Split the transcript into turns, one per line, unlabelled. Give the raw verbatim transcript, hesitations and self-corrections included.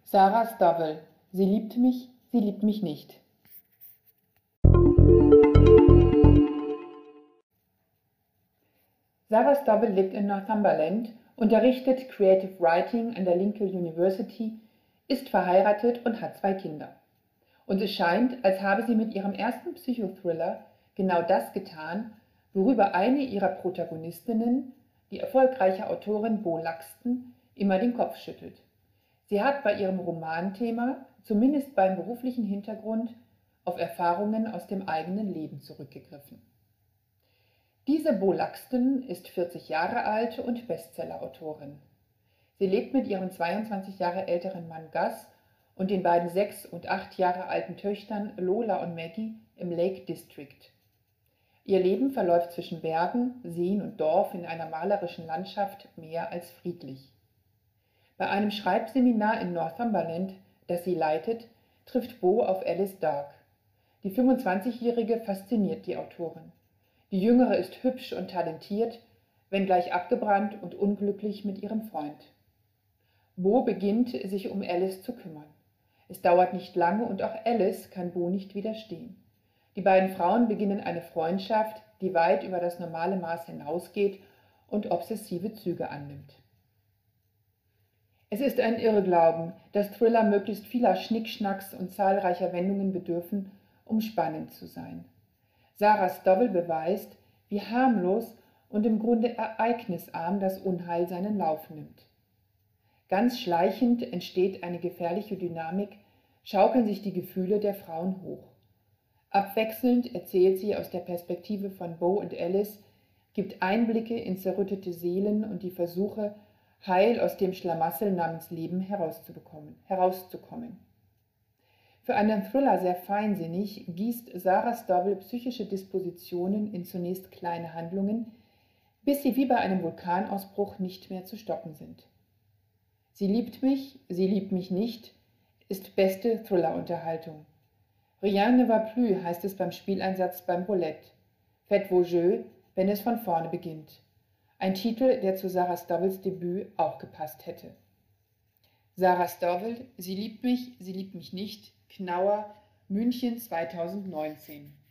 Sarah Stowell. Sie liebt mich, sie liebt mich nicht. Sarah Stowell lebt in Northumberland, unterrichtet Creative Writing an der Lincoln University, ist verheiratet und hat zwei Kinder. Und es scheint, als habe sie mit ihrem ersten Psychothriller genau das getan, worüber eine ihrer Protagonistinnen, die erfolgreiche Autorin Bo Laxton, immer den Kopf schüttelt. Sie hat bei ihrem Romanthema, zumindest beim beruflichen Hintergrund, auf Erfahrungen aus dem eigenen Leben zurückgegriffen. Diese Bo Laxton ist vierzig Jahre alt und Bestsellerautorin. Sie lebt mit ihrem zweiundzwanzig Jahre älteren Mann Gus und den beiden sechs und acht Jahre alten Töchtern Lola und Maggie im Lake District. Ihr Leben verläuft zwischen Bergen, Seen und Dorf in einer malerischen Landschaft mehr als friedlich. Bei einem Schreibseminar in Northumberland, das sie leitet, trifft Bo auf Alice Dark. Die fünfundzwanzigjährige fasziniert die Autorin. Die Jüngere ist hübsch und talentiert, wenngleich abgebrannt und unglücklich mit ihrem Freund. Bo beginnt, sich um Alice zu kümmern. Es dauert nicht lange und auch Alice kann Bo nicht widerstehen. Die beiden Frauen beginnen eine Freundschaft, die weit über das normale Maß hinausgeht und obsessive Züge annimmt. Es ist ein Irrglauben, dass Thriller möglichst vieler Schnickschnacks und zahlreicher Wendungen bedürfen, um spannend zu sein. Sarah Stowell beweist, wie harmlos und im Grunde ereignisarm das Unheil seinen Lauf nimmt. Ganz schleichend entsteht eine gefährliche Dynamik, schaukeln sich die Gefühle der Frauen hoch. Abwechselnd erzählt sie aus der Perspektive von Bo und Alice, gibt Einblicke in zerrüttete Seelen und die Versuche, heil aus dem Schlamassel namens Leben herauszubekommen, herauszukommen. Für einen Thriller sehr feinsinnig gießt Sarah Stowell psychische Dispositionen in zunächst kleine Handlungen, bis sie wie bei einem Vulkanausbruch nicht mehr zu stoppen sind. Sie liebt mich, sie liebt mich nicht, ist beste Thriller-Unterhaltung. Rien ne va plus heißt es beim Spieleinsatz beim Roulette. Faites vos jeux, wenn es von vorne beginnt. Ein Titel, der zu Sarah Stowells Debüt auch gepasst hätte. Sarah Stowell, Sie liebt mich, sie liebt mich nicht, Knauer, München zweitausendneunzehn.